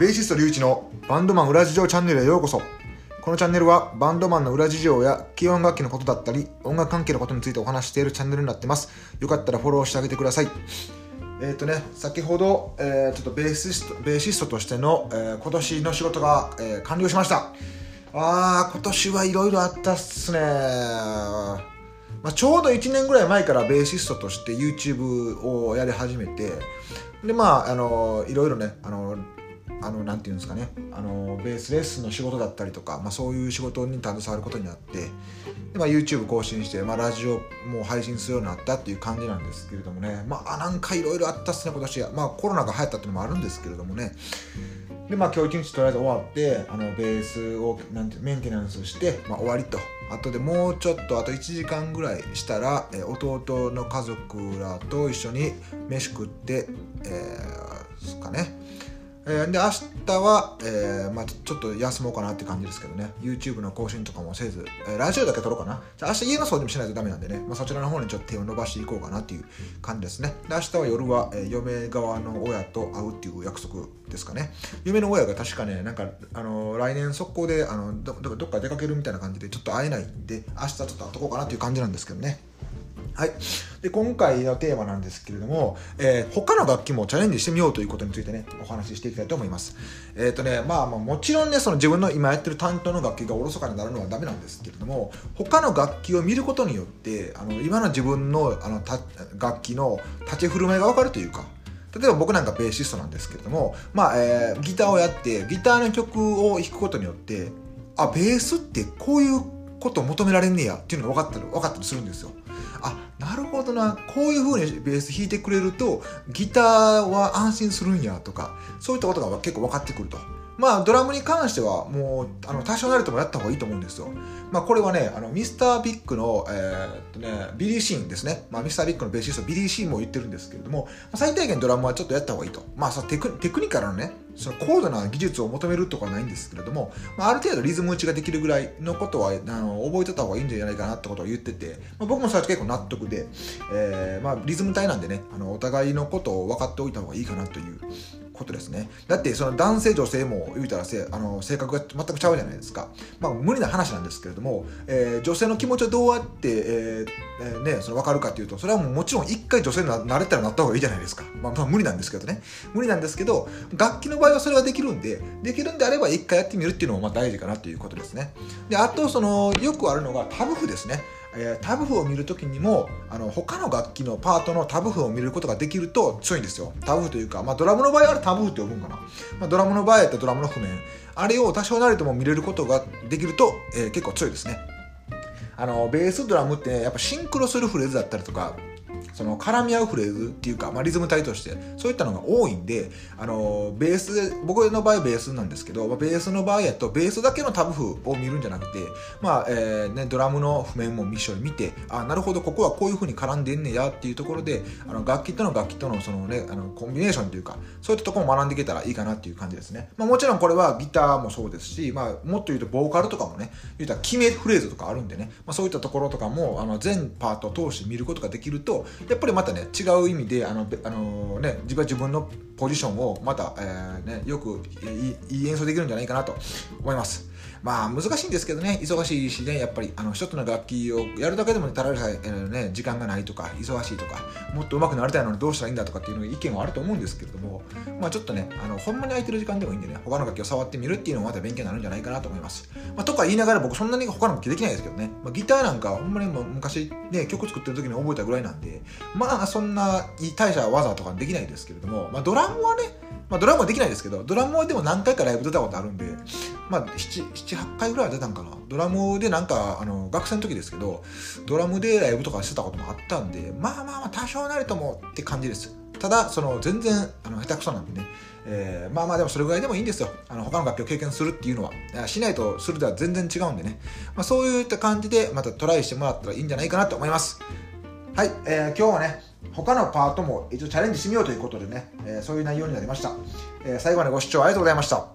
ベーシスト龍一のバンドマン裏事情チャンネルへようこそ。このチャンネルはバンドマンの裏事情や基本楽器のことだったり音楽関係のことについてお話しているチャンネルになってます。よかったらフォローしてあげてください。先ほど、ちょっとベーシストとしての、今年の仕事が、完了しました。今年はいろいろあったっすね。ちょうど1年ぐらい前からベーシストとして YouTube をやり始めて、でいろいろねなんていうんですかね、ベースレッスンの仕事だったりとか、そういう仕事に携わることになって、で、YouTube 更新して、ラジオも配信するようになったっていう感じなんですけれどもね、なんかいろいろあったっすね今年は。コロナが流行ったっていうのもあるんですけれどもね。で今日一日とりあえず終わってベースをメンテナンスして、終わりと。あとでもうちょっとあと1時間ぐらいしたら、弟の家族らと一緒に飯食ってですかね。で明日は、ちょっと休もうかなって感じですけどね。 YouTube の更新とかもせず、ラジオだけ撮ろうかな。明日家の掃除もしないとダメなんでね、そちらの方にちょっと手を伸ばしていこうかなっていう感じですね。で明日は夜は、嫁側の親と会うっていう約束ですかね。嫁の親が確かね来年速攻でどっか出かけるみたいな感じでちょっと会えないんで、明日ちょっと会っとこうかなっていう感じなんですけどね。はい。で今回のテーマなんですけれども、他の楽器もチャレンジしてみようということについてねお話ししていきたいと思います。もちろんねその自分の今やってる担当の楽器がおろそかになるのはダメなんですけれども、他の楽器を見ることによって今の自分の楽器の立ち振る舞いが分かるというか。例えば僕なんかベーシストなんですけれども、ギターをやってギターの曲を弾くことによって、ベースってこういうことを求められんねやっていうのが分かったりするんですよ。なるほどな、こういう風にベース弾いてくれるとギターは安心するんやとか、そういったことが結構分かってくると。ドラムに関してはもう多少なりともやった方がいいと思うんですよ。これはねミスタービッグの、ビリー・シーンですね。ミスタービッグのベーシストビリー・シーンも言ってるんですけれども、最低限ドラムはちょっとやった方がいいと。テクニカルなねその高度な技術を求めるとかはないんですけれども、ある程度リズム打ちができるぐらいのことは覚えてた方がいいんじゃないかなってことを言ってて、僕も最初結構納得で、リズム体なんでねお互いのことを分かっておいた方がいいかなということですね。だってその男性女性も言うたら性格が全くちゃうじゃないですか。無理な話なんですけれども、女性の気持ちをどうやって、その分かるかというと、それはもちろん一回女性になれたらなった方がいいじゃないですか。無理なんですけどね。無理なんですけど、楽器の場合はそれができるんであれば一回やってみるっていうのも大事かなということですね。であとよくあるのがタブ譜ですね。タブ譜を見るときにも他の楽器のパートのタブ譜を見ることができると強いんですよ。タブ譜というか、ドラムの場合はタブ譜って呼ぶんかな。ドラムの場合やったらドラムの譜面、あれを多少なりとも見れることができると、結構強いですね。ベースドラムって、やっぱシンクロするフレーズだったりとか、その絡み合うフレーズっていうか、リズム体としてそういったのが多いんで、ベースで僕の場合ベースなんですけど、ベースの場合やとベースだけのタブ譜を見るんじゃなくて、ドラムの譜面も一緒に見て、なるほどここはこういう風に絡んでんねやっていうところで、楽器とのそのねコンビネーションというか、そういったところも学んでいけたらいいかなっていう感じですね。もちろんこれはギターもそうですし、もっと言うとボーカルとかもね、言うたら決めフレーズとかあるんでね、そういったところとかも全パートを通して見ることができると、やっぱりまたね違う意味で自分のポジションをまた、よくいい演奏できるんじゃないかなと思います。難しいんですけどね、忙しいしね、やっぱり一つの楽器をやるだけでもたられさえ、時間がないとか忙しいとか、もっと上手くなりたいのにどうしたらいいんだとかっていう意見はあると思うんですけれども、ちょっとねほんまに空いてる時間でもいいんでね、他の楽器を触ってみるっていうのもまた勉強になるんじゃないかなと思います。とか言いながら僕そんなに他の楽器できないですけどね、ギターなんかほんまに昔ね曲作ってる時に覚えたぐらいなんで、そんな大した技とかできないですけれども、ドラムはね、ドラムはできないですけど、ドラムはでも何回かライブ出たことあるんで、7、8回ぐらいは出たんかな。ドラムで学生の時ですけど、ドラムでライブとかしてたこともあったんで、多少なりともって感じです。ただ全然下手くそなんでね、でもそれぐらいでもいいんですよ。他の楽器を経験するっていうのはしないとするでは全然違うんでね、そういった感じでまたトライしてもらったらいいんじゃないかなと思います。はい、今日はね他のパートも一応チャレンジしてみようということでね、そういう内容になりました。最後までご視聴ありがとうございました。